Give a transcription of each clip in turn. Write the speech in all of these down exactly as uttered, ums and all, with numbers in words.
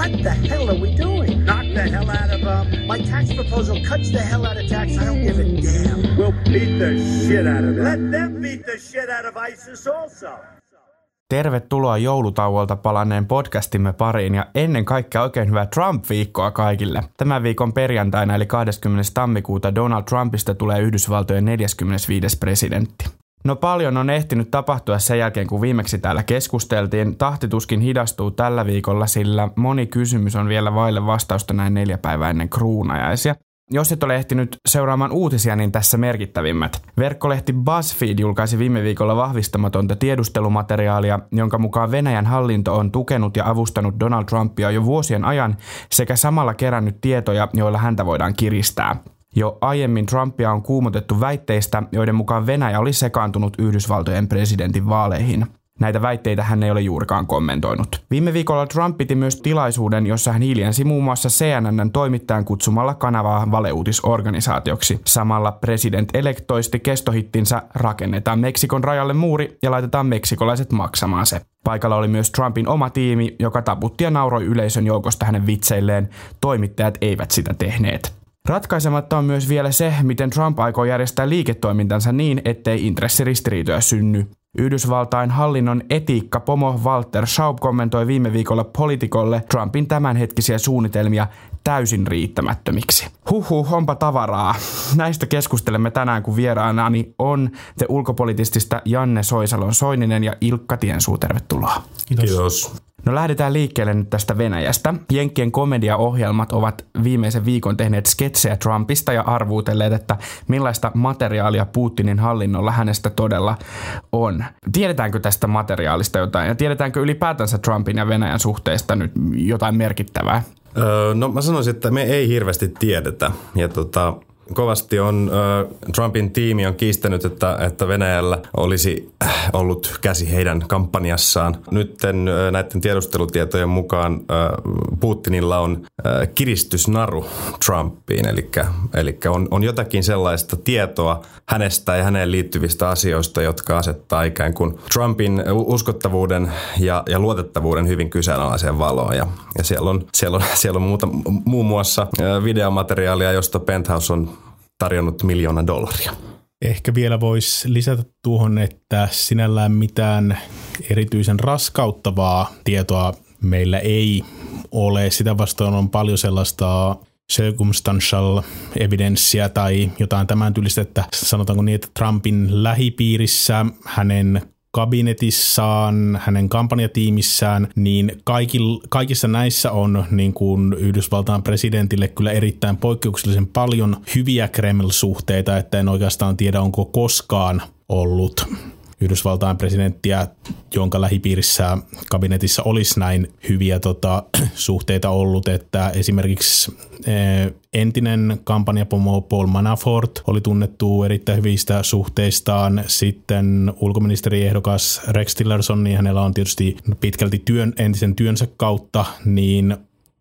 What the hell are we doing? Knock the hell out of them. My tax proposal cuts the hell out of tax. I don't give a damn. We'll beat the shit out of them. Let them beat the shit out of ISIS also. Tervetuloa joulutauolta palanneen podcastimme pariin ja ennen kaikkea oikein hyvää Trump-viikkoa kaikille. Tämän viikon perjantaina eli kahdeskymmenes tammikuuta Donald Trumpista tulee Yhdysvaltojen neljäskymmenesviides presidentti. No paljon on ehtinyt tapahtua sen jälkeen, kun viimeksi täällä keskusteltiin. Tahti tuskin hidastuu tällä viikolla, sillä moni kysymys on vielä vaille vastausta näin neljä päivää ennen kruunajaisia. Jos et ole ehtinyt seuraamaan uutisia, niin tässä merkittävimmät. Verkkolehti BuzzFeed julkaisi viime viikolla vahvistamatonta tiedustelumateriaalia, jonka mukaan Venäjän hallinto on tukenut ja avustanut Donald Trumpia jo vuosien ajan sekä samalla kerännyt tietoja, joilla häntä voidaan kiristää. Jo aiemmin Trumpia on kuumotettu väitteistä, joiden mukaan Venäjä oli sekaantunut Yhdysvaltojen presidentin vaaleihin. Näitä väitteitä hän ei ole juurikaan kommentoinut. Viime viikolla Trump piti myös tilaisuuden, jossa hän hiljensi muun muassa C N N:n toimittajan kutsumalla kanavaa valeuutisorganisaatioksi. Samalla president-elect toisti kestohittinsä "Rakennetaan Meksikon rajalle muuri ja laitetaan meksikolaiset maksamaan se". Paikalla oli myös Trumpin oma tiimi, joka taputti ja nauroi yleisön joukosta hänen vitseilleen. Toimittajat eivät sitä tehneet. Ratkaisematta on myös vielä se, miten Trump aikoo järjestää liiketoimintansa niin, ettei intressiristiriitoja synny. Yhdysvaltain hallinnon etiikkapomo Walter Shaub kommentoi viime viikolla Politicolle Trumpin tämänhetkisiä suunnitelmia täysin riittämättömiksi. Huhhuh, onpa tavaraa. Näistä keskustelemme tänään, kun vieraanani on The Ulkopoliittista Janne Soisalon-Soininen ja Ilkka Tiensuu. Tervetuloa. Kiitos. Kiitos. No lähdetään liikkeelle nyt tästä Venäjästä. Jenkkien komediaohjelmat ovat viimeisen viikon tehneet sketsejä Trumpista ja arvuutelleet, että millaista materiaalia Putinin hallinnolla hänestä todella on. Tiedetäänkö tästä materiaalista jotain ja tiedetäänkö ylipäätänsä Trumpin ja Venäjän suhteesta nyt jotain merkittävää? Öö, no mä sanoisin, että me ei hirveästi tiedetä ja tota... Kovasti on, äh, Trumpin tiimi on kiistänyt, että, että Venäjällä olisi ollut käsi heidän kampanjassaan. Nyt äh, näiden tiedustelutietojen mukaan äh, Putinilla on äh, kiristysnaru Trumpiin, eli, eli on, on jotakin sellaista tietoa hänestä ja häneen liittyvistä asioista, jotka asettaa ikään kuin Trumpin uskottavuuden ja, ja luotettavuuden hyvin kyseenalaiseen valoon. Ja, ja siellä on, siellä on, siellä on muuta, muun muassa äh, videomateriaalia, josta Penthouse on tarjonnut miljoona dollaria. Ehkä vielä voisi lisätä tuohon, että sinällään mitään erityisen raskauttavaa tietoa meillä ei ole. Sitä vastaan on paljon sellaista circumstantial evidenssiä tai jotain tämän tyylistä, että sanotaanko niin, että Trumpin lähipiirissä hänen kabinetissaan, hänen kampanjatiimissään, niin kaikil, kaikissa näissä on niin kuin Yhdysvaltain presidentille kyllä erittäin poikkeuksellisen paljon hyviä Kreml-suhteita, että en oikeastaan tiedä, onko koskaan ollut Yhdysvaltain presidenttiä, jonka lähipiirissä kabinetissa olisi näin hyviä tota, suhteita ollut, että esimerkiksi eh, entinen kampanjapomo Paul Manafort oli tunnettu erittäin hyvistä suhteistaan. Sitten ulkoministeriehdokas Rex Tillerson, niin hänellä on tietysti pitkälti työn, entisen työnsä kautta niin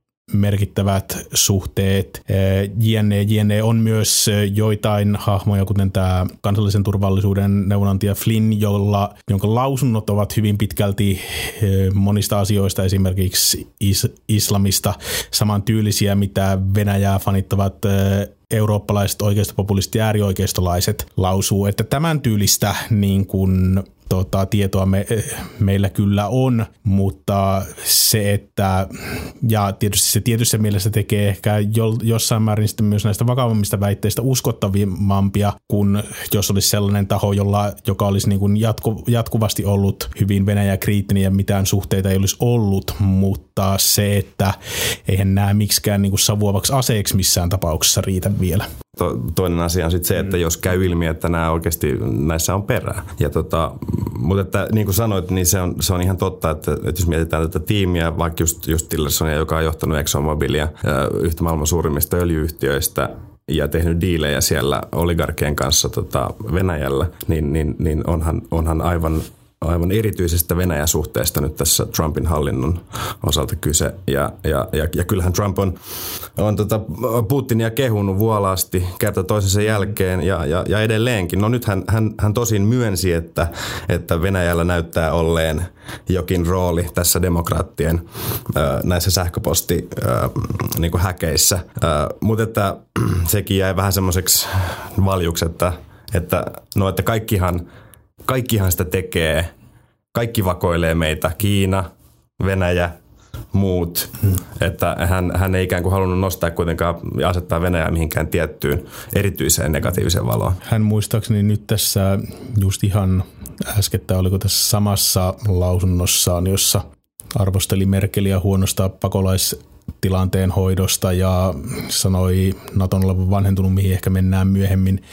merkittävät suhteet. Jne, jne on myös joitain hahmoja, kuten tämä kansallisen turvallisuuden neuvonantaja Flynn, jolla, jonka lausunnot ovat hyvin pitkälti monista asioista, esimerkiksi is, islamista, samantyylisiä, mitä Venäjää fanittavat eurooppalaiset oikeistopopulistit ja äärioikeistolaiset lausuu, että tämän tyylistä niin kuin Tota, tietoa me, meillä kyllä on, mutta se, että ja tietysti se tietyssä mielessä tekee ehkä jo, jossain määrin sitten myös näistä vakavammista väitteistä uskottavimpia, kuin jos olisi sellainen taho, jolla, joka olisi niin kuin jatku, jatkuvasti ollut hyvin Venäjä-kriittinen ja mitään suhteita ei olisi ollut, mutta se, että eihän nämä miksikään niin kuin savuavaksi aseeksi missään tapauksessa riitä vielä. To, toinen asia on sitten se, että jos käy ilmi, että nämä oikeasti näissä on perää. Ja tota, mutta että, niin kuin sanoit, niin se on, se on ihan totta, että, että jos mietitään tätä tiimiä, vaikka just, just Tillersonia, joka on johtanut ExxonMobilia, yhtä maailman suurimmista öljyyhtiöistä, ja tehnyt diilejä siellä oligarkien kanssa tota, Venäjällä, niin, niin, niin onhan, onhan aivan aivan erityisestä Venäjä-suhteesta nyt tässä Trumpin hallinnon osalta kyse. Ja, ja, ja, ja kyllähän Trump on, on tota Putinia kehunut vuolaasti kerta toisensa jälkeen ja, ja, ja edelleenkin. No nyt hän, hän, hän tosin myönsi, että, että Venäjällä näyttää olleen jokin rooli tässä demokraattien ää, näissä sähköposti ää, niin kuin häkeissä. Ää, mutta että sekin jäi vähän semmoiseksi valjuksi, että, että, no, että kaikkihan, kaikkihan sitä tekee. Kaikki vakoilee meitä. Kiina, Venäjä, muut. Hmm. Että hän, hän ei ikään kuin halunnut nostaa kuitenkaan ja asettaa Venäjää mihinkään tiettyyn erityiseen negatiiviseen valoon. Hän muistaakseni nyt tässä just ihan äskettä, oliko tässä samassa lausunnossaan, jossa arvosteli Merkeliä huonosta pakolaistilanteen hoidosta ja sanoi Naton olevan vanhentunut, mihin ehkä mennään myöhemmin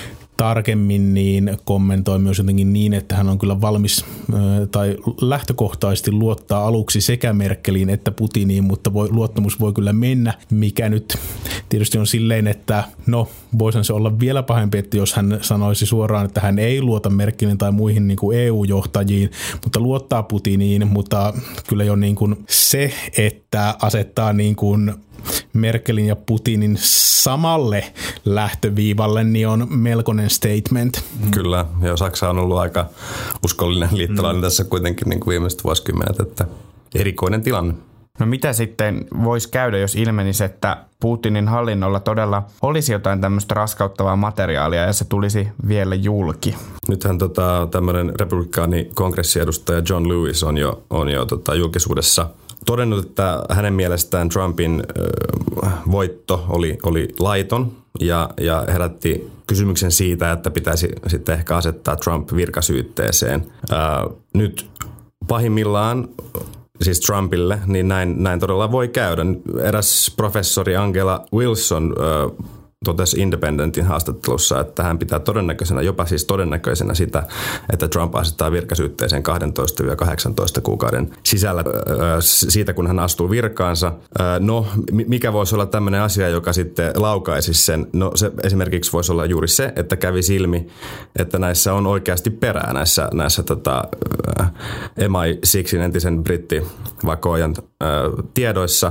tarkemmin, niin kommentoi myös jotenkin niin, että hän on kyllä valmis tai lähtökohtaisesti luottaa aluksi sekä Merkeliin että Putiniin, mutta voi, luottamus voi kyllä mennä, mikä nyt tietysti on silleen, että no voisihan se olla vielä pahempi, että jos hän sanoisi suoraan, että hän ei luota Merkelin tai muihin niin kuin E U-johtajiin, mutta luottaa Putiniin, mutta kyllä jo niin kuin se, että asettaa niin kuin Merkelin ja Putinin samalle lähtöviivalle, niin on melkoinen statement. Kyllä, ja Saksa on ollut aika uskollinen liittolainen mm. tässä kuitenkin niin kuin viimeiset vuosikymmenet, että erikoinen tilanne. No mitä sitten voisi käydä, jos ilmenisi, että Putinin hallinnolla todella olisi jotain tämmöistä raskauttavaa materiaalia ja se tulisi vielä julki? Nythän tota, tämmöinen republikaanikongressiedustaja John Lewis on jo, on jo tota, julkisuudessa todennut, että hänen mielestään Trumpin ö, voitto oli, oli laiton ja, ja herätti kysymyksen siitä, että pitäisi sitten ehkä asettaa Trump virkasyytteeseen. Ää, nyt pahimmillaan siis Trumpille, niin näin, näin todella voi käydä. Eräs professori Angela Wilson ö, totesi Independentin haastattelussa, että hän pitää todennäköisenä, jopa siis todennäköisenä sitä, että Trump asettaa virkasyytteeseen kaksitoista kahdeksantoista kuukauden sisällä siitä, kun hän astuu virkaansa. No, mikä voisi olla tämmöinen asia, joka sitten laukaisi sen? No, se esimerkiksi voisi olla juuri se, että kävi ilmi, että näissä on oikeasti perää näissä, näissä tota, M I kuusi entisen brittivakoajan tiedoissa.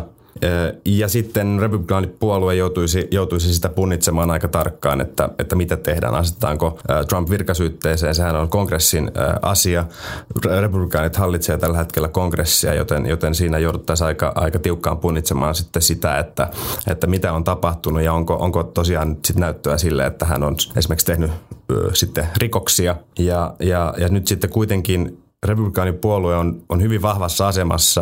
Ja sitten republikaanipuolue joutuisi, joutuisi sitä punnitsemaan aika tarkkaan, että, että mitä tehdään. Asetetaanko Trump virkasyytteeseen? Sehän on kongressin asia. Republikaanit hallitsee tällä hetkellä kongressia, joten, joten siinä jouduttaisiin aika, aika tiukkaan punnitsemaan sitten sitä, että, että mitä on tapahtunut ja onko, onko tosiaan sit näyttöä sille, että hän on esimerkiksi tehnyt ö, sitten rikoksia. Ja, ja, ja nyt sitten kuitenkin republikaanipuolue on, on hyvin vahvassa asemassa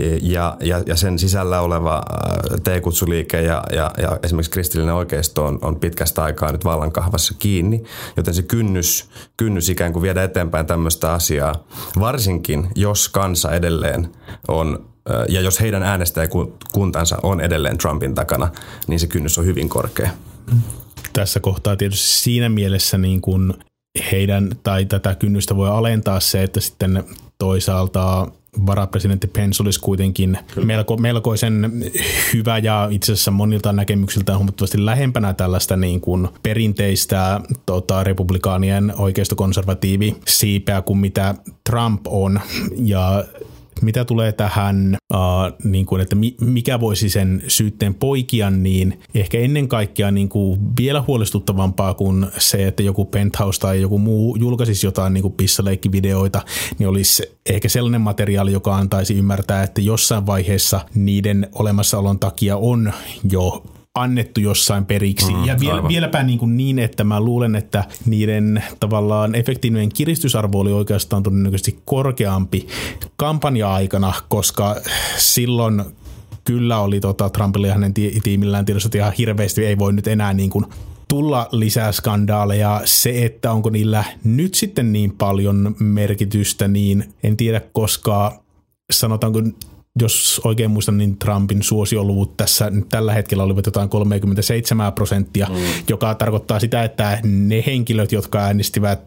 ja, ja, ja sen sisällä oleva T-kutsuliike ja, ja, ja esimerkiksi kristillinen oikeisto on, on pitkästä aikaa nyt vallankahvassa kiinni, joten se kynnys, kynnys ikään kuin viedä eteenpäin tämmöistä asiaa, varsinkin jos kansa edelleen on, ja jos heidän äänestäjäkuntansa on edelleen Trumpin takana, niin se kynnys on hyvin korkea. Tässä kohtaa tietysti siinä mielessä niin kuin heidän tai tätä kynnystä voi alentaa se, että sitten toisaalta varapresidentti Pence olisi kuitenkin melko, melkoisen hyvä ja itse asiassa monilta näkemyksiltään huomattavasti lähempänä tällaista niin kuin perinteistä tota, republikaanien oikeistokonservatiivi siipeä kuin mitä Trump on. Ja mitä tulee tähän, äh, niin kuin, että mi, mikä voisi sen syytteen poikia, niin ehkä ennen kaikkea niin kuin vielä huolestuttavampaa kuin se, että joku Penthouse tai joku muu julkaisisi jotain niin kuin pissaleikkivideoita, niin olisi ehkä sellainen materiaali, joka antaisi ymmärtää, että jossain vaiheessa niiden olemassaolon takia on jo annettu jossain periksi. Mm, ja viel, vieläpä niin, kuin niin, että mä luulen, että niiden tavallaan efektiivinen kiristysarvo oli oikeastaan todennäköisesti korkeampi kampanja-aikana, koska silloin kyllä oli tota, Trumpilla ja hänen tiimillään tiedossa, että ihan hirveästi ei voi nyt enää niin kuin tulla lisää skandaaleja. Se, että onko niillä nyt sitten niin paljon merkitystä, niin en tiedä, koska sanotaanko, jos oikein muistan, niin Trumpin suosioluvut tässä tällä hetkellä olivat jotain kolmekymmentäseitsemän prosenttia, mm. joka tarkoittaa sitä, että ne henkilöt, jotka äänestivät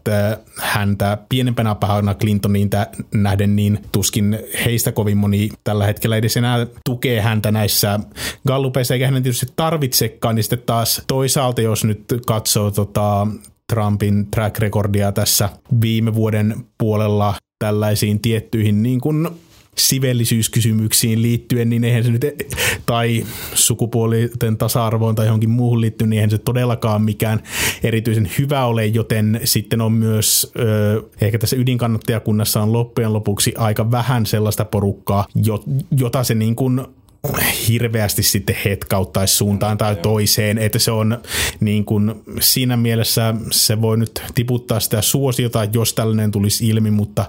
häntä pienempänä pahana Clintoniin nähden, niin tuskin heistä kovin moni tällä hetkellä edes enää tukee häntä näissä gallupeissa, eikä hänen tietysti tarvitsekaan, niin sitten taas toisaalta, jos nyt katsoo tota Trumpin track recordia tässä viime vuoden puolella, tällaisiin tiettyihin niin kuin sivellisyyskysymyksiin liittyen, niin eihän se nyt, tai sukupuolten tasa-arvoon tai johonkin muuhun liittyen, niin eihän se todellakaan mikään erityisen hyvä ole, joten sitten on myös, ehkä tässä ydinkannattajakunnassa on loppujen lopuksi aika vähän sellaista porukkaa, jota se niin kuin hirveästi sitten hetkauttaisi suuntaan tai toiseen, että se on niin kuin siinä mielessä se voi nyt tiputtaa sitä suosiota, jos tällainen tulisi ilmi, mutta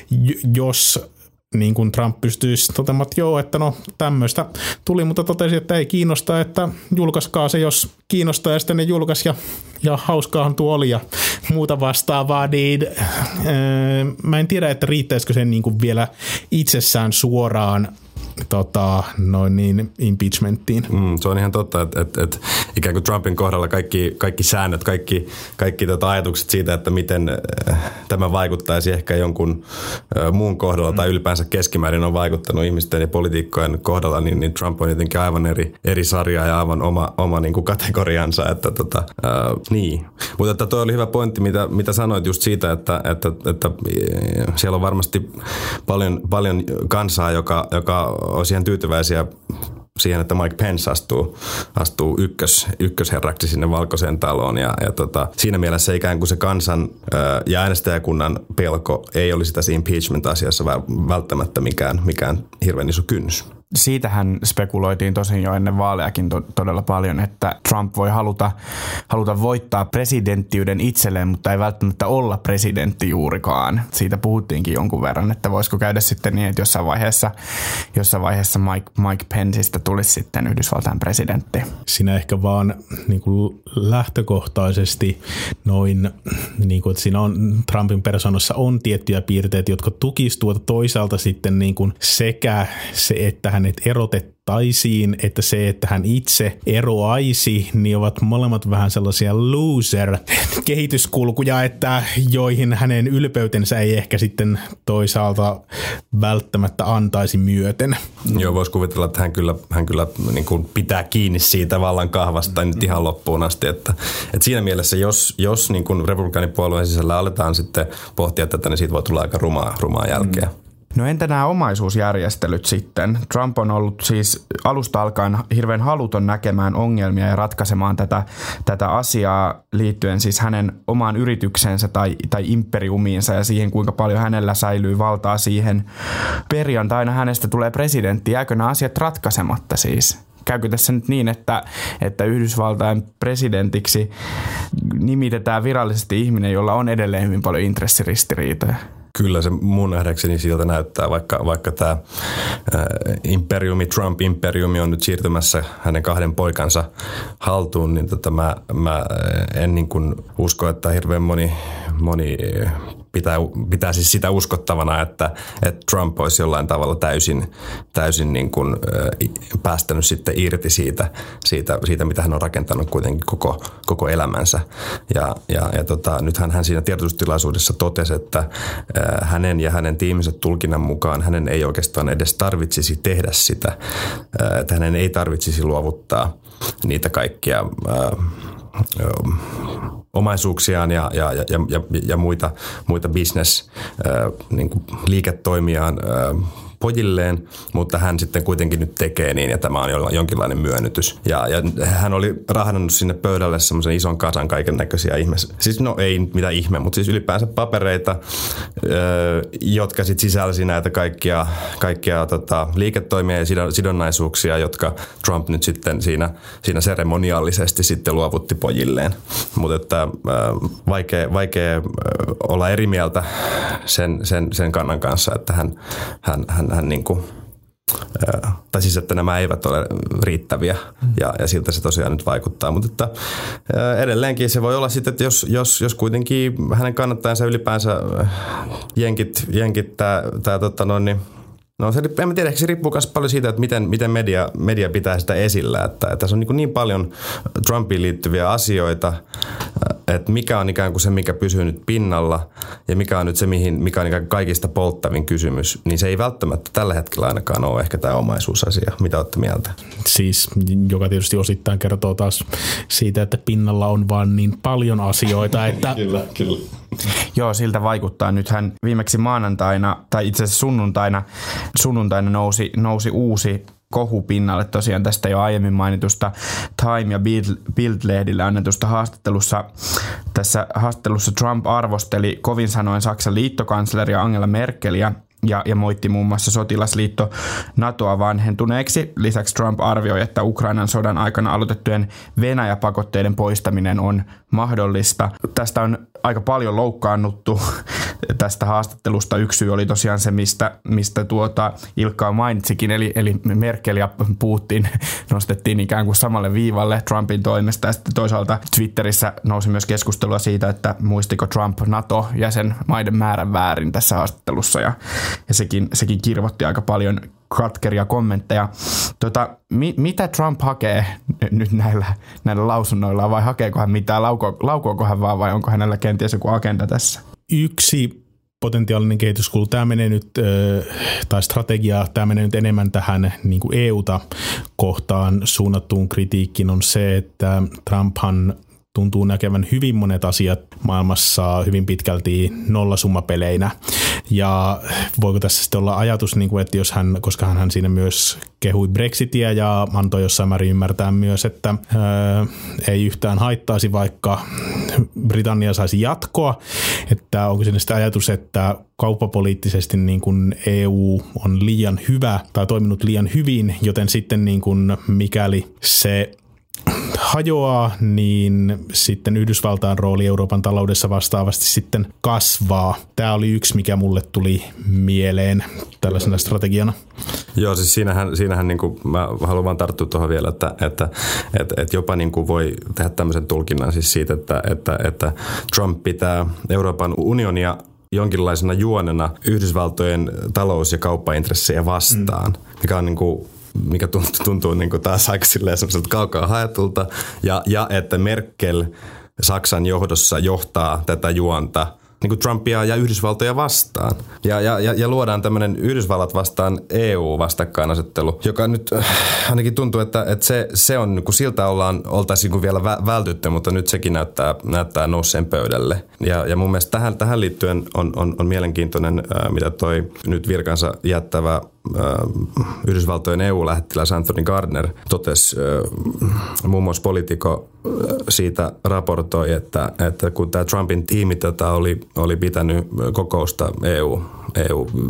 jos niin kuin Trump pystyisi toteamaan, että joo, että no tämmöistä tuli, mutta totesi, että ei kiinnosta, että julkaiskaa se, jos kiinnostaa, ja sitten ne julkaisi, ja, ja hauskaahan tuo oli, ja muuta vastaavaa, niin öö, mä en tiedä, että riittäisikö sen niin kuin vielä itsessään suoraan Tota, noin niin impeachmenttiin. Mm, se on ihan totta, että, että, että ikään kuin Trumpin kohdalla kaikki, kaikki säännöt, kaikki, kaikki tota ajatukset siitä, että miten tämä vaikuttaisi ehkä jonkun muun kohdalla mm. tai ylipäänsä keskimäärin on vaikuttanut ihmisten ja poliitikkojen kohdalla, niin, niin Trump on jotenkin aivan eri, eri sarja ja aivan oma, oma niin kuin kategoriansa. Että, tota, ää, niin. Mutta että toi oli hyvä pointti, mitä, mitä sanoit just siitä, että, että, että siellä on varmasti paljon, paljon kansaa, joka, joka olisi ihan tyytyväisiä siihen, että Mike Pence astuu, astuu ykkös, ykkösherraksi sinne Valkoiseen taloon. Ja, ja tota, siinä mielessä ikään kuin se kansan ää, ja äänestäjäkunnan pelko ei olisi tässä impeachment-asiassa välttämättä mikään, mikään hirveän iso kynnys. Siitähän spekuloitiin tosin jo ennen vaaleakin to- todella paljon, että Trump voi haluta, haluta voittaa presidenttiyden itselleen, mutta ei välttämättä olla presidentti juurikaan. Siitä puhuttiinkin jonkun verran, että voisiko käydä sitten niin, että jossain vaiheessa, jossain vaiheessa Mike, Mike Penceistä tulisi sitten Yhdysvaltain presidentti. Siinä ehkä vaan niin kuin lähtökohtaisesti noin, niin kuin, että siinä on Trumpin persoonassa on tiettyjä piirteitä, jotka tukisivat tuota, toisaalta sitten niin kuin sekä se, että hänet erotettaisiin, että se, että hän itse eroaisi, niin ovat molemmat vähän sellaisia loser-kehityskulkuja, että joihin hänen ylpeytensä ei ehkä sitten toisaalta välttämättä antaisi myöten. Joo, voisi kuvitella, että hän kyllä, hän kyllä niin kuin pitää kiinni siitä vallan kahvasta nyt ihan loppuun asti. Että, että siinä mielessä, jos, jos niin kuin republikaanipuolueen sisällä aletaan sitten pohtia tätä, niin siitä voi tulla aika rumaa, rumaa jälkeä. Mm. No entä nämä omaisuusjärjestelyt sitten? Trump on ollut siis alusta alkaen hirveän haluton näkemään ongelmia ja ratkaisemaan tätä, tätä asiaa liittyen siis hänen omaan yrityksensä tai, tai imperiumiinsa ja siihen, kuinka paljon hänellä säilyy valtaa siihen. Perjantaina hänestä tulee presidentti. Jääkö nämä asiat ratkaisematta siis? Käykö tässä nyt niin, että, että Yhdysvaltain presidentiksi nimitetään virallisesti ihminen, jolla on edelleen hyvin paljon intressiristiriitoja? Kyllä se mun nähdäkseni siltä näyttää, vaikka, vaikka tämä äh, imperiumi, Trump-imperiumi on nyt siirtymässä hänen kahden poikansa haltuun, niin tota mä, mä en niin kuin usko, että hirveän moni, moni pitää, pitää siis sitä uskottavana, että, että Trump olisi jollain tavalla täysin, täysin niin kuin, äh, päästänyt sitten irti siitä, siitä, siitä, mitä hän on rakentanut kuitenkin koko, koko elämänsä. Ja, ja, ja tota, nythän hän siinä tiedotustilaisuudessa totesi, että äh, hänen ja hänen tiiminsä tulkinnan mukaan hänen ei oikeastaan edes tarvitsisi tehdä sitä, että hänen ei tarvitsisi luovuttaa niitä kaikkia ää, omaisuuksiaan ja, ja, ja, ja, ja muita, muita business ää, niin kuin liiketoimiaan ää, pojilleen, mutta hän sitten kuitenkin nyt tekee niin, ja tämä on jonkinlainen myönnytys. Ja, ja hän oli rahdannut sinne pöydälle semmoisen ison kasan kaiken näköisiä ihme, siis no ei mitään ihme, mutta siis ylipäänsä papereita, jotka sitten sisälsi näitä kaikkia, kaikkia tota, liiketoimia ja sidonnaisuuksia, jotka Trump nyt sitten siinä, siinä seremoniallisesti sitten luovutti pojilleen. Mutta että vaikea, vaikea olla eri mieltä sen, sen, sen kannan kanssa, että hän, hän, hän Hän niin kuin, tai siis, että nämä eivät ole riittäviä ja, ja siltä se tosiaan nyt vaikuttaa. Mutta että edelleenkin se voi olla sitten, että jos, jos, jos kuitenkin hänen kannattajansa ylipäänsä jenkit, jenkit tää, tää, tota noin, niin no se, en tiedä, ehkä se riippuu myös paljon siitä, että miten, miten media, media pitää sitä esillä. Että, että tässä on niin, niin paljon Trumpiin liittyviä asioita, että mikä on ikään kuin se, mikä pysyy nyt pinnalla ja mikä on nyt se, mihin, mikä on ikään kuin kaikista polttavin kysymys, niin se ei välttämättä tällä hetkellä ainakaan ole ehkä tämä omaisuusasia. Mitä olette mieltä? Siis, joka tietysti osittain kertoo taas siitä, että pinnalla on vaan niin paljon asioita, että... Kyllä, kyllä. Joo, siltä vaikuttaa. Nythän viimeksi maanantaina, tai itse asiassa sunnuntaina, sunnuntaina nousi, nousi uusi kohu pinnalle tosiaan tästä jo aiemmin mainitusta Time ja Bild-lehdille annetusta haastattelussa. Tässä haastattelussa Trump arvosteli kovin sanoen Saksan liittokansleria Angela Merkeliä ja, ja moitti muun muassa sotilasliitto NATOa vanhentuneeksi. Lisäksi Trump arvioi, että Ukrainan sodan aikana aloitettujen Venäjä-pakotteiden poistaminen on mahdollista. Tästä on aika paljon loukkaannuttu tästä haastattelusta. Yksi syy oli tosiaan se, mistä, mistä tuota Ilkka mainitsikin, eli, eli Merkel ja Putin nostettiin ikään kuin samalle viivalle Trumpin toimesta. Ja sitten toisaalta Twitterissä nousi myös keskustelua siitä, että muistiko Trump NATO-jäsenmaiden määrän väärin tässä haastattelussa, ja, ja sekin, sekin kirvoitti aika paljon katkeria kommentteja. Tota, mi, mitä Trump hakee nyt näillä, näillä lausunnoilla, vai hakeeko hän mitään, lauko, laukoako hän vaan, vai onko hänellä kenties joku agenda tässä? Yksi potentiaalinen kehityskulu, tämä menee nyt, tai strategia, tämä menee nyt enemmän tähän niin kuin E U:ta kohtaan suunnattuun kritiikkiin, on se, että Trumphan tuntuu näkevän hyvin monet asiat maailmassa hyvin pitkälti nollasummapeleinä. Ja voiko tässä sitten olla ajatus, että jos hän, koska hän siinä myös kehui Brexitia ja antoi jossain määrin ymmärtää myös, että ää, ei yhtään haittaisi, vaikka Britannia saisi jatkoa, että onko siinä sitten ajatus, että kauppapoliittisesti niin kuin E U on liian hyvä tai toiminut liian hyvin, joten sitten niin kuin mikäli se hajoaa, niin sitten Yhdysvaltain rooli Euroopan taloudessa vastaavasti sitten kasvaa. Tämä oli yksi, mikä mulle tuli mieleen tällaisena strategiana. Joo, siis siinähän, siinähän niin kuin, mä haluan vaan tarttua tuohon vielä, että, että, että, että jopa niin kuin voi tehdä tämmöisen tulkinnan siis siitä, että, että, että Trump pitää Euroopan unionia jonkinlaisena juonena Yhdysvaltojen talous- ja kauppaintressejä vastaan, mm. mikä on niin kuin mikä tuntuu, tuntuu niin kuin taas aika semmoiselta kaukaa haetulta, ja, ja että Merkel Saksan johdossa johtaa tätä juonta niin kuin Trumpia ja Yhdysvaltoja vastaan. Ja, ja, ja luodaan tämmöinen Yhdysvallat vastaan E U-vastakkainasettelu, joka nyt äh, ainakin tuntuu, että, että se, se on, kun siltä ollaan, oltaisiin niin vielä vä- vältytty, mutta nyt sekin näyttää, näyttää nousseen pöydälle. Ja, ja mun mielestä tähän, tähän liittyen on, on, on mielenkiintoinen, äh, mitä toi nyt virkansa jättävä äh, Yhdysvaltojen E U-lähettiläs Anthony Gardner totesi, äh, muun muassa Politico äh, siitä raportoi, että, että kun tämä Trumpin tiimi tätä oli oli pitänyt kokousta E U, E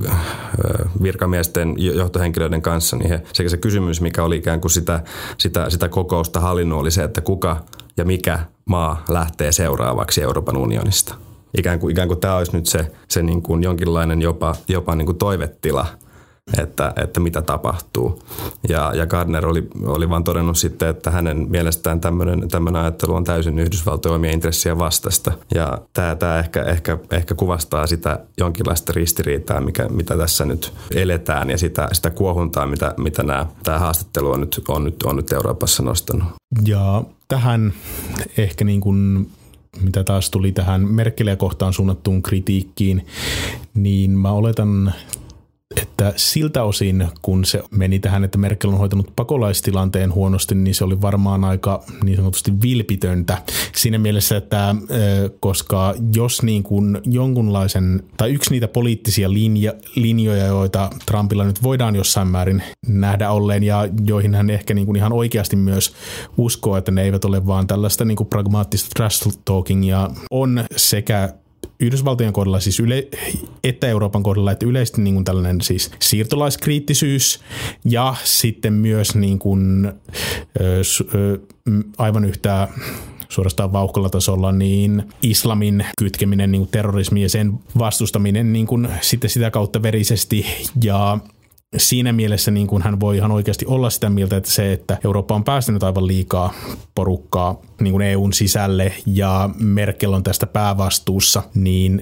U-virkamiesten johtohenkilöiden kanssa, niin he, sekä se kysymys, mikä oli ikään kuin sitä, sitä, sitä kokousta hallinnut, oli se, että kuka ja mikä maa lähtee seuraavaksi Euroopan unionista. Ikään kuin, ikään kuin tämä olisi nyt se, se niin kuin jonkinlainen jopa, jopa niin kuin toivetila, että, että mitä tapahtuu. Ja, ja Gardner oli, oli vaan todennut sitten, että hänen mielestään tämmöinen, tämmöinen ajattelu on täysin Yhdysvaltojen omia intressejä vastasta. Ja tämä, tämä ehkä, ehkä, ehkä kuvastaa sitä jonkinlaista ristiriitaa, mikä, mitä tässä nyt eletään, ja sitä, sitä kuohuntaa, mitä, mitä nämä, tämä haastattelu on nyt, on, nyt, on nyt Euroopassa nostanut. Ja tähän ehkä niin kuin mitä taas tuli tähän Merkeliä kohtaan suunnattuun kritiikkiin, niin mä oletan, että siltä osin, kun se meni tähän, että Merkel on hoitanut pakolaistilanteen huonosti, niin se oli varmaan aika niin sanotusti vilpitöntä siinä mielessä, että koska jos niin kuin jonkunlaisen, tai yksi niitä poliittisia linja, linjoja, joita Trumpilla nyt voidaan jossain määrin nähdä olleen, ja joihin hän ehkä niin kuin ihan oikeasti myös uskoo, että ne eivät ole vaan tällaista niin kuin pragmaattista trash talkingia, on sekä Yhdysvaltojen kohdalla siis yle, että Euroopan kohdalla, että yleisesti niin kuin tällainen siis siirtolaiskriittisyys ja sitten myös niin kuin, ö, ö, aivan yhtä suorastaan vauhkolla tasolla niin islamin kytkeminen niin kuin terrorismiin ja sen vastustaminen niin kuin sitten sitä kautta verisesti, ja siinä mielessä niin kuin hän voi ihan oikeasti olla sitä mieltä, että se, että Eurooppa on päästänyt aivan liikaa porukkaa niin kuin E U:n sisälle ja Merkel on tästä päävastuussa, niin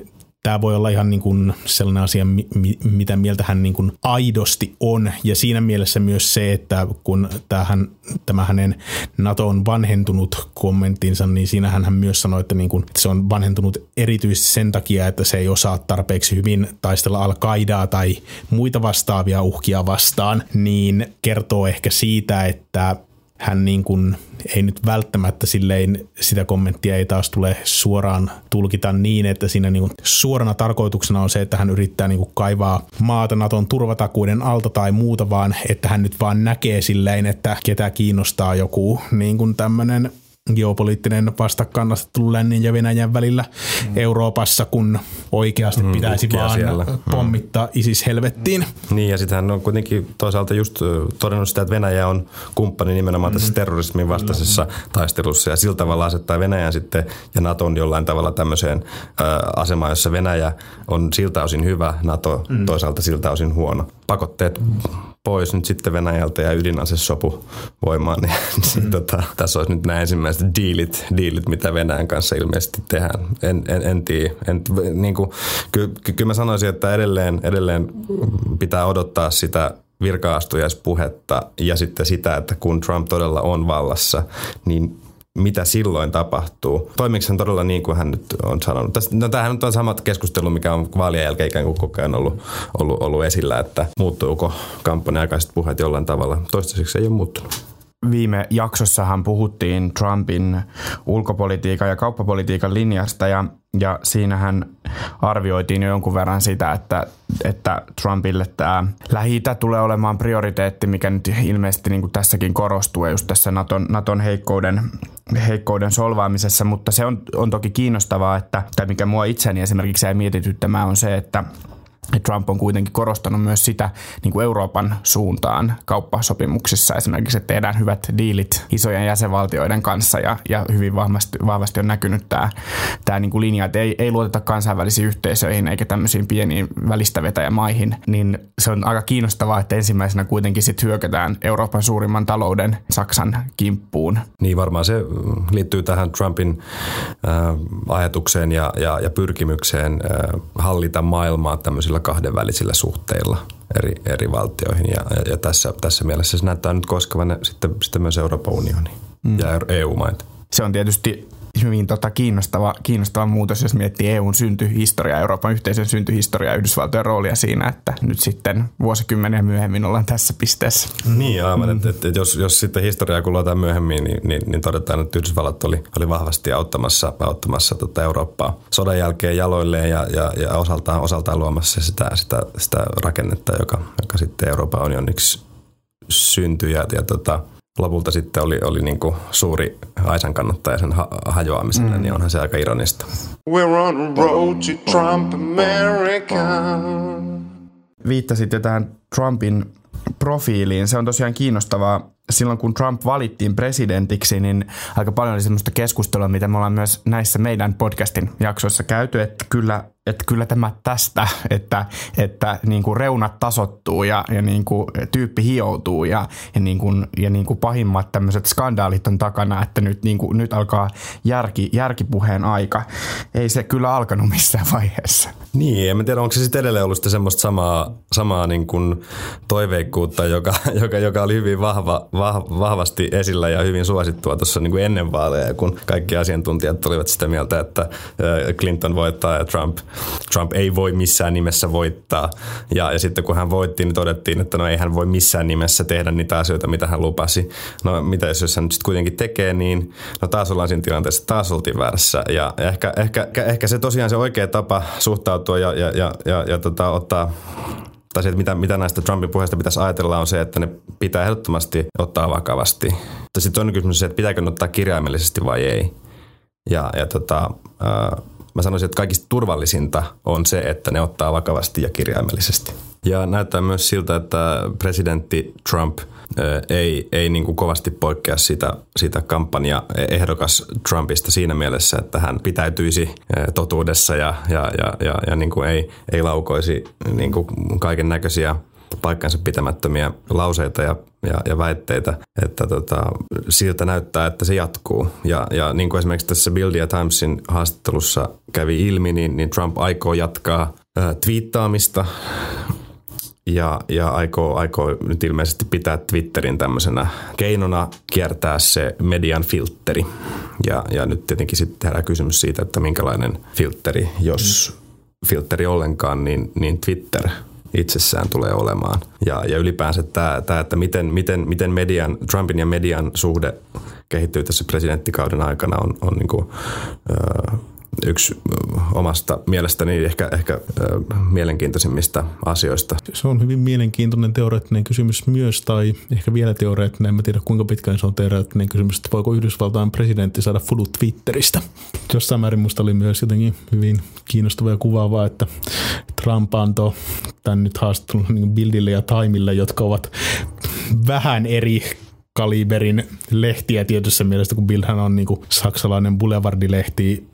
tämä voi olla ihan niin kuin sellainen asia, mi- mitä mieltä hän niin kuin aidosti on. Ja siinä mielessä myös se, että kun tämähän, tämä hänen NATO on vanhentunut kommenttinsa, niin siinähän hän myös sanoi, että, niin kuin, että se on vanhentunut erityisesti sen takia, että se ei osaa tarpeeksi hyvin taistella Al-Qaidaa tai muita vastaavia uhkia vastaan, niin kertoo ehkä siitä, että hän niin kuin ei nyt välttämättä silleen, sitä kommenttia ei taas tule suoraan tulkita niin, että siinä niin kuin suorana tarkoituksena on se, että hän yrittää niin kuin kaivaa maata Naton turvatakuiden alta tai muuta, vaan että hän nyt vaan näkee silleen, että ketä kiinnostaa joku niin kuin tämmöinen geopoliittinen vastakkainasettelu lännen ja Venäjän välillä mm. Euroopassa, kun oikeasti mm, pitäisi vaan siellä. pommittaa mm. ISIS helvettiin. Niin, ja sitten hän on kuitenkin toisaalta just todennut sitä, että Venäjä on kumppani nimenomaan mm. tässä terrorismin vastaisessa mm. taistelussa, ja sillä tavalla asettaa Venäjän sitten ja Naton jollain tavalla tämmöiseen äh, asemaan, jossa Venäjä on siltä osin hyvä, NATO mm. toisaalta siltä osin huono. Pakotteet pois nyt sitten Venäjältä ja ydinasesopu voimaan, niin mm. tota, tässä olisi nyt nämä ensimmäiset diilit, diilit, mitä Venäjän kanssa ilmeisesti tehdään. En, en, en tiedä. En, niin kuin, ky, ky, kyllä mä sanoisin, että edelleen, edelleen pitää odottaa sitä virka-astujaispuhetta ja sitten sitä, että kun Trump todella on vallassa, niin mitä silloin tapahtuu. Toimiiko hän todella niin kuin hän nyt on sanonut? Tästä, no tämähän on sama keskustelu, mikä on vaalien jälkeen ikään kuin koko ajan ollut, ollut, ollut esillä, että muuttuuko kampanja-aikaiset puheet jollain tavalla. Toistaiseksi ei ole muuttunut. Viime jaksossahan puhuttiin Trumpin ulkopolitiikan ja kauppapolitiikan linjasta ja, ja siinähän arvioitiin jo jonkun verran sitä, että, että Trumpille tämä Lähi-itä tulee olemaan prioriteetti, mikä nyt ilmeisesti niin kuin tässäkin korostuu just tässä Naton, Naton heikkouden, heikkouden solvaamisessa, mutta se on, on toki kiinnostavaa, että tai mikä mua itseni esimerkiksi ei mietityttämään on se, että Trump on kuitenkin korostanut myös sitä niin kuin Euroopan suuntaan kauppasopimuksissa esimerkiksi, että tehdään hyvät diilit isojen jäsenvaltioiden kanssa ja, ja hyvin vahvasti, vahvasti on näkynyt tämä, tämä niin kuin linja, että ei, ei luoteta kansainvälisiin yhteisöihin eikä tämmöisiin pieniin välistävetäjämaihin, niin se on aika kiinnostavaa, että ensimmäisenä kuitenkin sitten hyökätään Euroopan suurimman talouden Saksan kimppuun. Niin varmaan se liittyy tähän Trumpin äh, ajatukseen ja, ja, ja pyrkimykseen äh, hallita maailmaa tämmöisillä kahdenvälisillä suhteilla eri, eri valtioihin ja, ja, ja tässä, tässä mielessä se näyttää nyt koskevan sitten, sitten myös Euroopan unioniin mm. ja E U-maita. Se on tietysti hyvin tota kiinnostava, kiinnostava muutos, jos miettii E U:n syntyhistoriaa, Euroopan yhteisön syntyhistoriaa ja Yhdysvaltojen roolia siinä, että nyt sitten vuosikymmeniä myöhemmin ollaan tässä pisteessä. Niin aivan, että, että jos, jos sitten historiaa kun luotaan myöhemmin, niin, niin, niin todetaan, että Yhdysvallat oli, oli vahvasti auttamassa, auttamassa tota Eurooppaa sodan jälkeen jaloilleen ja, ja, ja osaltaan, osaltaan luomassa sitä, sitä, sitä rakennetta, joka, joka sitten Euroopan unioniksi syntyi ja, ja tota, lopulta sitten oli, oli niin kuin suuri Aisan kannattaja sen ha- hajoamiselle, mm. niin onhan se aika ironista. We're on a road to Trump America. Viittasit jo tähän Trumpin profiiliin. Se on tosiaan kiinnostavaa. Silloin kun Trump valittiin presidentiksi, niin aika paljon oli semmoista keskustelua, mitä me ollaan myös näissä meidän podcastin jaksoissa käyty, että kyllä, että kyllä tämä tästä, että, että niin kuin reunat tasoittuu ja, ja niin kuin tyyppi hioutuu ja, ja, niin kuin, ja niin kuin pahimmat tämmöiset skandaalit on takana, että nyt, niin kuin, nyt alkaa järki, järkipuheen aika. Ei se kyllä alkanut missään vaiheessa. Niin, en tiedä, onko se sitten edelleen ollut sitä semmoista samaa, samaa niin kuin toiveikkuutta, joka, joka, joka oli hyvin vahva, vahvasti esillä ja hyvin suosittua tuossa niin kuin ennen vaaleja, kun kaikki asiantuntijat olivat sitä mieltä, että Clinton voittaa ja Trump, Trump ei voi missään nimessä voittaa. Ja, ja sitten kun hän voitti, niin todettiin, että no ei hän voi missään nimessä tehdä niitä asioita, mitä hän lupasi. No mitä jos hän nyt sitten kuitenkin tekee, niin no taas ollaan siinä tilanteessa, taas oltiin väärässä. Ja ehkä, ehkä, ehkä se tosiaan se oikea tapa suhtautua ja, ja, ja, ja, ja tota, ottaa tai se, että mitä, mitä näistä Trumpin puheista pitäisi ajatella, on se, että ne pitää ehdottomasti ottaa vakavasti. Mutta sitten toinen kysymys on se, että pitääkö ne ottaa kirjaimellisesti vai ei. Ja, ja tota, ää, mä sanoisin, että kaikista turvallisinta on se, että ne ottaa vakavasti ja kirjaimellisesti. Ja näyttää myös siltä, että presidentti Trump ää, ei, ei niin kuin kovasti poikkea siitä, siitä kampanja-ehdokas Trumpista siinä mielessä, että hän pitäytyisi ää, totuudessa ja, ja, ja, ja, ja niin kuin ei, ei laukoisi niin kuin kaiken näköisiä paikkansa pitämättömiä lauseita ja, ja, ja väitteitä, että tota, siltä näyttää, että se jatkuu. Ja, ja niin kuin esimerkiksi tässä Build ja Timesin haastattelussa kävi ilmi, niin, niin Trump aikoo jatkaa ää, twiittaamista ja, ja aikoo, aikoo nyt ilmeisesti pitää Twitterin tämmöisenä keinona kiertää se median filtteri. Ja, ja nyt tietenkin sitten herää kysymys siitä, että minkälainen filtteri, jos filtteri ollenkaan, niin, niin Twitter itsessään tulee olemaan. Ja, ja ylipäänsä tämä, tämä että miten, miten, miten median, Trumpin ja median suhde kehittyy tässä presidenttikauden aikana on, on niin kuin, ö, yksi omasta mielestäni ehkä, ehkä ö, mielenkiintoisimmista asioista. Se on hyvin mielenkiintoinen teoreettinen kysymys myös, tai ehkä vielä teoreettinen, en mä tiedä kuinka pitkään se on teoreettinen kysymys, että voiko Yhdysvaltain presidentti saada fudut Twitteristä. Jossain määrin musta oli myös jotenkin hyvin kiinnostavaa ja kuvaavaa, että Trump antoi tämän nyt haastattelun niin Bildille ja Timelle, jotka ovat vähän eri kaliberin lehtiä tietyssä mielessä, kun Bildhän on niin kuin saksalainen boulevardilehti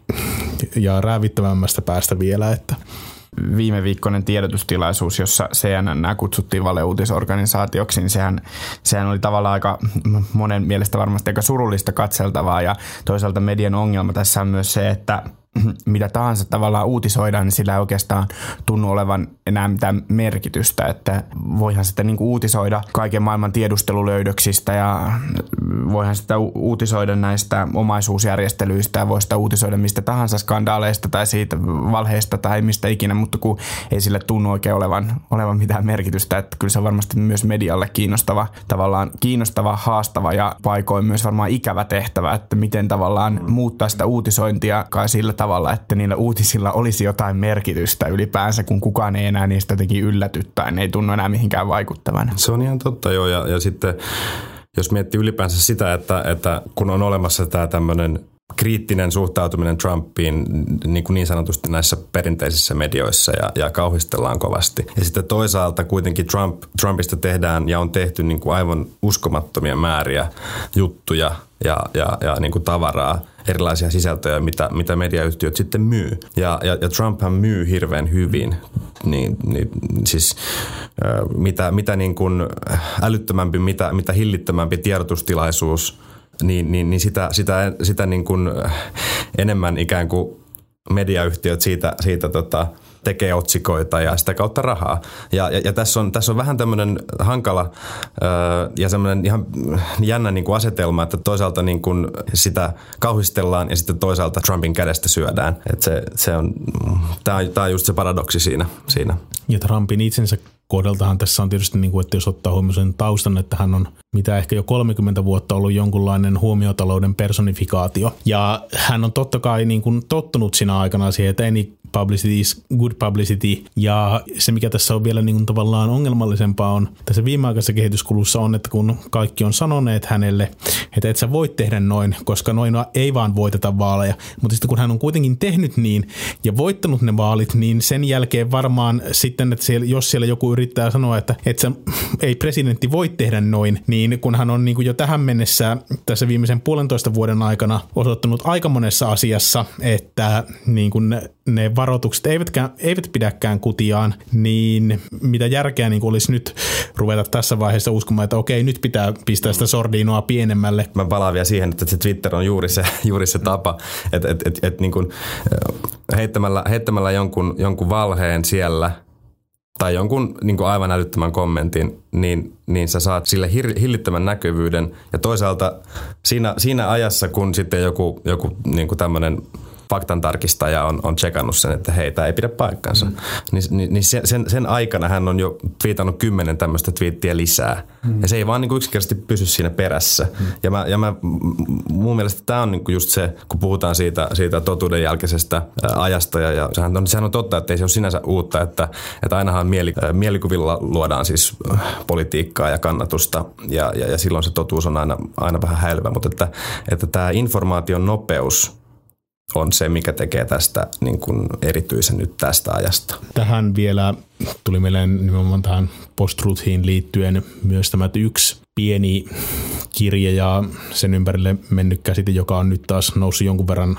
ja räävittävämmästä päästä vielä. Että. Viime viikkoinen tiedotustilaisuus, jossa C N N kutsuttiin valeuutisorganisaatioksi, niin sehän, sehän oli tavallaan aika monen mielestä varmasti aika surullista katseltavaa, ja toisaalta median ongelma tässä on myös se, että mitä tahansa tavallaan uutisoidaan, niin sillä ei oikeastaan tunnu olevan enää mitään merkitystä, että voihan sitä niin kuin uutisoida kaiken maailman tiedustelulöydöksistä ja voihan sitä uutisoida näistä omaisuusjärjestelyistä ja voi sitä uutisoida mistä tahansa skandaaleista tai siitä valheista tai mistä ikinä, mutta kun ei sille tunnu oikein olevan, olevan mitään merkitystä, että kyllä se on varmasti myös medialle kiinnostava, tavallaan kiinnostava, haastava ja paikoin myös varmaan ikävä tehtävä, että miten tavallaan muuttaa sitä uutisointia kai sillä tavalla, että niillä uutisilla olisi jotain merkitystä ylipäänsä, kun kukaan ei enää niistä jotenkin ylläty tai ne ei tunnu enää mihinkään vaikuttavan. Se on ihan totta joo, ja, ja sitten jos miettii ylipäänsä sitä, että, että kun on olemassa tämä tämmöinen kriittinen suhtautuminen Trumpiin niin, kuin niin sanotusti näissä perinteisissä medioissa ja, ja kauhistellaan kovasti. Ja sitten toisaalta kuitenkin Trump, Trumpista tehdään ja on tehty niin kuin aivan uskomattomia määriä juttuja ja, ja, ja niin kuin tavaraa, erilaisia sisältöjä, mitä, mitä mediayhtiöt sitten myy. Ja, ja, ja Trumphan myy hirveän hyvin. Niin, niin, siis äh, mitä, mitä niin kuin älyttömämpi, mitä, mitä hillittömämpi tiedotustilaisuus, niin, niin, niin sitä, sitä, sitä niin kuin enemmän ikään kuin mediayhtiöt siitä, siitä tota, tekee otsikoita ja sitä kautta rahaa. Ja, ja, ja tässä, on, tässä on vähän tämmöinen hankala öö, ja semmoinen ihan jännä niin kuin asetelma, että toisaalta niin kuin sitä kauhistellaan ja sitten toisaalta Trumpin kädestä syödään. Että se, se on, tämä on, tämä on just se paradoksi siinä. siinä. Ja Trumpin itsensä kohdaltahan tässä on tietysti, niin kuin, että jos ottaa huomioon sen taustan, että hän on mitä ehkä jo kolmekymmentä vuotta ollut jonkunlainen huomiotalouden personifikaatio. Ja hän on totta kai niin kuin tottunut siinä aikana siihen, että any publicity is good publicity. Ja se, mikä tässä on vielä niin kuin tavallaan ongelmallisempaa on tässä viimeaikaisessa kehityskulussa on, että kun kaikki on sanoneet hänelle, että et sä voit tehdä noin, koska noin ei vaan voiteta vaaleja. Mutta sitten kun hän on kuitenkin tehnyt niin ja voittanut ne vaalit, niin sen jälkeen varmaan sitten, että siellä, jos siellä joku yrittää sanoa, että et sä, ei presidentti voi tehdä noin, niin kun hän on niin kuin jo tähän mennessä tässä viimeisen puolentoista vuoden aikana osoittanut aika monessa asiassa, että niin kuin ne, ne varoitukset eivätkään, eivät pidäkään kutiaan, niin mitä järkeä niin kuin olisi nyt ruveta tässä vaiheessa uskomaan, että okei, nyt pitää pistää sitä sordiinoa pienemmälle. Mä palaan vielä siihen, että se Twitter on juuri se, juuri se tapa, että et, et, et, niin kuin heittämällä, heittämällä jonkun, jonkun valheen siellä tai jonkun niin kuin aivan älyttömän kommentin, niin, niin sä saat sille hir- hillittömän näkyvyyden. Ja toisaalta siinä, siinä ajassa, kun sitten joku, joku niin kuin tämmöinen faktantarkistaja on, on tsekannut sen, että hei, tämä ei pidä paikkansa. Mm. Ni, niin, niin sen, sen aikana hän on jo twiitannut kymmenen tämmöistä twiittiä lisää. Mm. Ja se ei vaan niin kuin yksinkertaisesti pysy siinä perässä. Mm. Ja, mä, ja mä, mun mielestä tämä on niin kuin just se, kun puhutaan siitä, siitä totuuden jälkeisestä ajasta. Ja, ja sehän, on, sehän on totta, että ei se ole sinänsä uutta, että, että ainahan mieli, mielikuvilla luodaan siis politiikkaa ja kannatusta. Ja, ja, ja silloin se totuus on aina, aina vähän häilyvä. Mutta että, että tämä informaation nopeus on se, mikä tekee tästä niin kuin erityisen nyt tästä ajasta. Tähän vielä tuli meille nimenomaan tähän post-truthiin liittyen myös tämä yksi pieni kirje ja sen ympärille mennyt käsite, joka on nyt taas noussut jonkun verran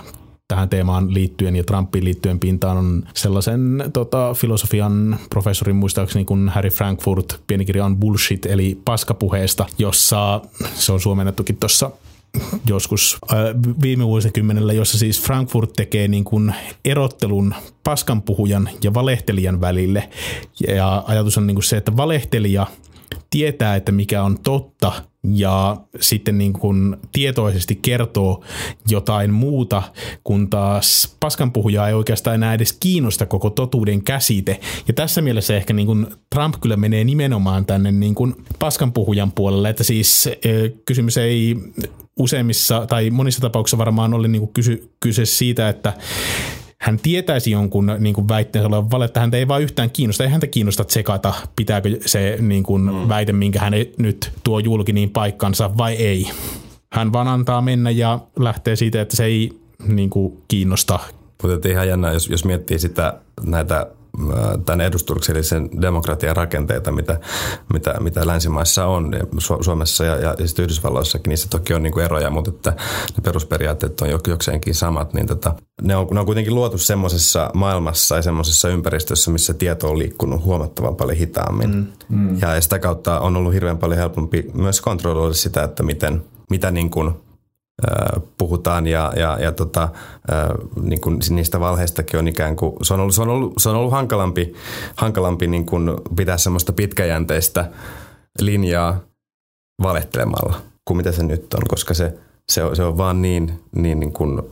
tähän teemaan liittyen ja Trumpiin liittyen pintaan on sellaisen tota, filosofian professorin muistaakseni kuin Harry Frankfurt, pieni kirja on Bullshit eli paskapuheesta, jossa se on suomennettukin tuossa joskus äh, viime vuosikymmenellä, jossa siis Frankfurt tekee niin kuin erottelun paskanpuhujan ja valehtelijan välille. Ja ajatus on niin kuin se, että valehtelija tietää, että mikä on totta ja sitten niin kuin tietoisesti kertoo jotain muuta, kun taas paskanpuhujaa ei oikeastaan enää edes kiinnosta koko totuuden käsite. Ja tässä mielessä ehkä niin kuin Trump kyllä menee nimenomaan tänne niin kuin paskanpuhujan puolelle, että siis kysymys ei useimmissa tai monissa tapauksissa varmaan oli niin kuin kysy, kyse siitä, että hän tietäisi jonkun niin kuin väitteensä olevan vale, että häntä ei vaan yhtään kiinnosta. Ei häntä kiinnosta tsekata, pitääkö se niin kuin mm. väite, minkä hän nyt tuo julki niin paikkansa vai ei. Hän vaan antaa mennä ja lähtee siitä, että se ei niin kuin kiinnosta. Mutta ihan jännä, jos, jos miettii sitä näitä tämän edustuksellisen demokratian rakenteita, mitä, mitä, mitä länsimaissa on, ja Suomessa ja, ja, ja sitten Yhdysvalloissakin, niissä toki on niin kuin eroja, mutta että ne perusperiaatteet on jokseenkin samat, niin tota, ne, on, ne on kuitenkin luotu semmoisessa maailmassa ja semmoisessa ympäristössä, missä tieto on liikkunut huomattavan paljon hitaammin. Mm, mm. Ja sitä kautta on ollut hirveän paljon helpompi myös kontrolloida sitä, että miten, mitä niin kuin puhutaan ja, ja, ja tota, niin kuin niistä valheistakin on ikään kuin, se on ollut, se on ollut, se on ollut hankalampi, hankalampi niin kuin pitää semmoista pitkäjänteistä linjaa valehtelemalla kuin mitä se nyt on, koska se, se, on, se on vaan niin, niin, niin kuin,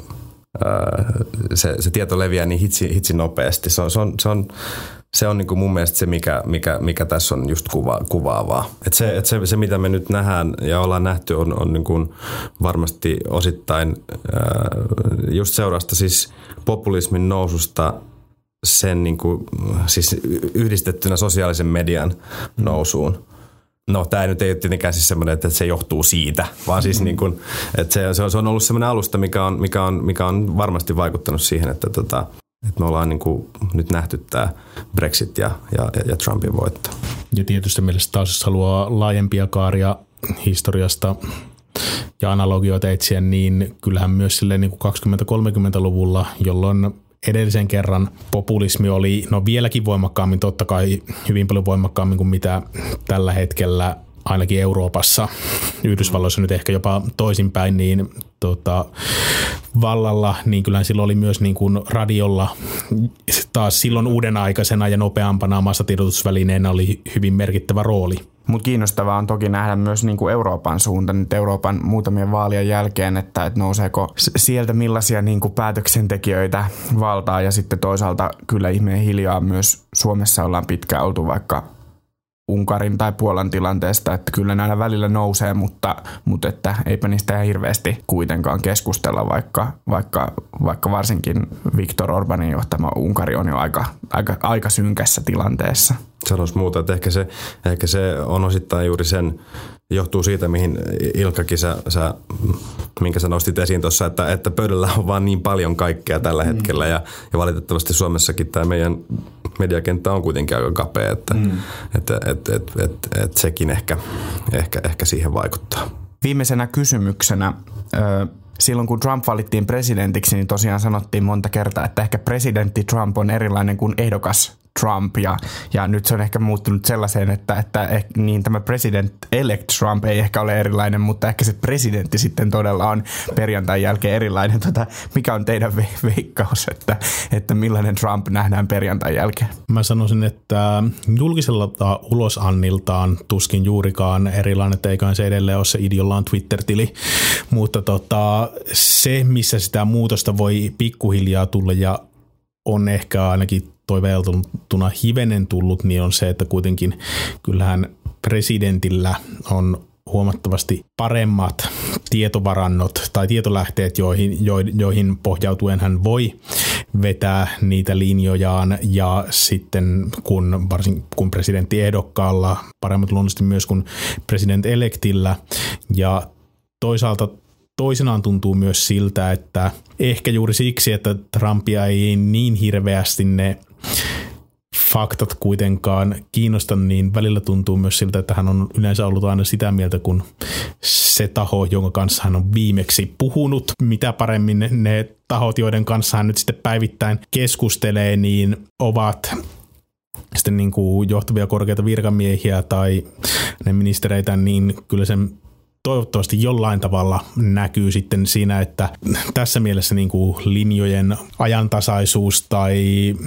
se, se tieto leviää niin hitsi, hitsi nopeasti. Se on, se on, se on Se on niin kuin mun mielestä se, mikä, mikä, mikä tässä on just kuva, kuvaavaa. Et se, et se, se, mitä me nyt nähdään ja ollaan nähty, on, on niin kuin varmasti osittain ää, just seurasta siis populismin noususta sen niin kuin, siis yhdistettynä sosiaalisen median nousuun. No tämä nyt ei ole tietenkään siis semmoinen, että se johtuu siitä, vaan siis mm. niin kuin, että se, se on ollut semmoinen alusta, mikä on, mikä on, mikä on varmasti vaikuttanut siihen, että tota, että me ollaan niin kuin nyt nähty tämä Brexit ja, ja, ja Trumpin voitto. Ja tietysti mielessä taas, jos haluaa laajempia kaaria historiasta ja analogioita etsiä, niin kyllähän myös silleen niin kuin kaksikymmentä-kolmekymmentäluvulla, jolloin edellisen kerran populismi oli no vieläkin voimakkaammin, totta kai hyvin paljon voimakkaammin kuin mitä tällä hetkellä ainakin Euroopassa, Yhdysvalloissa nyt ehkä jopa toisinpäin, niin tota, vallalla, niin kyllähän silloin oli myös niin kuin radiolla taas silloin uuden aikaisena ja nopeampana massatiedotusvälineenä oli hyvin merkittävä rooli. Mutta kiinnostavaa on toki nähdä myös niin kuin Euroopan suunta nyt Euroopan muutamien vaalien jälkeen, että, että nouseeko sieltä millaisia niin kuin päätöksentekijöitä valtaa ja sitten toisaalta kyllä ihmeen hiljaa myös Suomessa ollaan pitkään oltu vaikka Unkarin tai Puolan tilanteesta, että kyllä näillä välillä nousee, mutta, mutta että eipä niistä ihan hirveästi kuitenkaan keskustella, vaikka, vaikka, vaikka varsinkin Viktor Orbanin johtama Unkari on jo aika, aika, aika synkässä tilanteessa. Sanoisi muuta, että ehkä se, ehkä se on osittain juuri sen, johtuu siitä, mihin Ilkkakin sä, sä minkä sä nostit esiin tuossa, että, että pöydällä on vaan niin paljon kaikkea tällä hetkellä mm. ja, ja valitettavasti Suomessakin tämä meidän mediakenttä on kuitenkin aika kapea, että mm. et, et, et, et, et sekin ehkä, ehkä, ehkä siihen vaikuttaa. Viimeisenä kysymyksenä, silloin kun Trump valittiin presidentiksi, niin tosiaan sanottiin monta kertaa, että ehkä presidentti Trump on erilainen kuin ehdokas Trump ja, ja nyt se on ehkä muuttunut sellaiseen, että, että ehkä, niin tämä president-elect Trump ei ehkä ole erilainen, mutta ehkä se presidentti sitten todella on perjantain jälkeen erilainen. Tota, mikä on teidän ve- veikkaus, että, että millainen Trump nähdään perjantain jälkeen? Mä sanoisin, että julkisella ulosanniltaan tuskin juurikaan erilainen, että eiköhän se edelleen ole se idollaan Twitter-tili, mutta tota, se, missä sitä muutosta voi pikkuhiljaa tulla ja on ehkä ainakin toiveeltuna hivenen tullut, niin on se, että kuitenkin kyllähän presidentillä on huomattavasti paremmat tietovarannot tai tietolähteet, joihin, joihin pohjautuen hän voi vetää niitä linjojaan ja sitten kun varsin kun presidenttiehdokkaalla, paremmat luonnollisesti myös kuin president-elektillä ja toisaalta toisenaan tuntuu myös siltä, että ehkä juuri siksi, että Trumpia ei niin hirveästi ne faktat kuitenkaan kiinnosta, niin välillä tuntuu myös siltä, että hän on yleensä ollut aina sitä mieltä, kun se taho, jonka kanssa hän on viimeksi puhunut, mitä paremmin ne tahot, joiden kanssa hän nyt sitten päivittäin keskustelee, niin ovat sitten niin kuin johtavia korkeita virkamiehiä tai ne ministereitä, niin kyllä sen toivottavasti jollain tavalla näkyy sitten siinä, että tässä mielessä niin kuin linjojen ajantasaisuus tai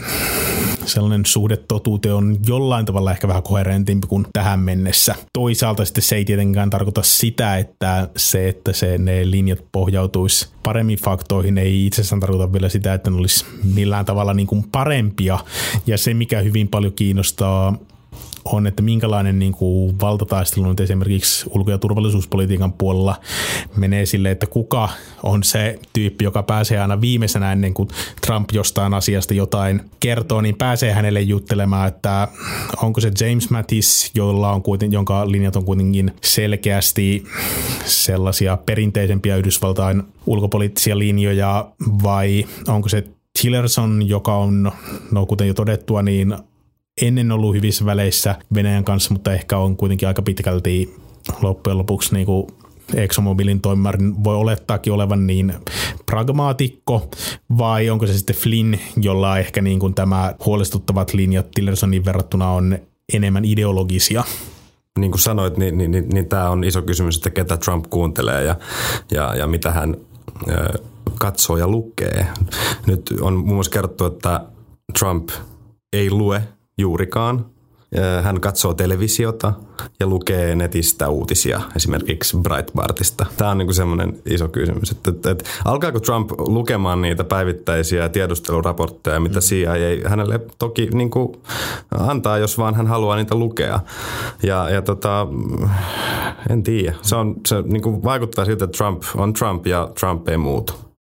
sellainen suhde totuuteen on jollain tavalla ehkä vähän koherentimpi kuin tähän mennessä. Toisaalta sitten se ei tietenkään tarkoita sitä, että se, että se, ne linjat pohjautuisi paremmin faktoihin, ei itsessään tarkoita vielä sitä, että ne olisi millään tavalla niin kuin parempia. Ja se, mikä hyvin paljon kiinnostaa, on, että minkälainen niin kuin valtataistelu nyt esimerkiksi ulko- ja turvallisuuspolitiikan puolella menee sille, että kuka on se tyyppi, joka pääsee aina viimeisenä ennen kuin Trump jostain asiasta jotain kertoo, niin pääsee hänelle juttelemaan, että onko se James Mattis, jolla on kuiten, jonka linjat on kuitenkin selkeästi sellaisia perinteisempiä Yhdysvaltain ulkopoliittisia linjoja, vai onko se Tillerson, joka on, no kuten jo todettua, niin ennen ollut hyvissä väleissä Venäjän kanssa, mutta ehkä on kuitenkin aika pitkälti loppujen lopuksi niin kuin ExxonMobilin toimimarin voi olettaakin olevan niin pragmaatikko, vai onko se sitten Flynn, jolla ehkä niin kuin tämä huolestuttavat linjat Tillersonin verrattuna on enemmän ideologisia? Niin kuin sanoit, niin, niin, niin, niin tämä on iso kysymys, että ketä Trump kuuntelee ja, ja, ja mitä hän ö, katsoo ja lukee. Nyt on muun muassa kerrottu, että Trump ei lue juurikaan. Hän katsoo televisiota ja lukee netistä uutisia, esimerkiksi Breitbartista. Tämä on niinku semmoinen iso kysymys, että, että, että alkaako Trump lukemaan niitä päivittäisiä tiedusteluraportteja, mitä C I A hänelle toki niinku antaa, jos vaan hän haluaa niitä lukea. Ja, ja tota, en tiedä. Se, on, se niinku vaikuttaa siltä, että Trump on Trump ja Trump ei muutu.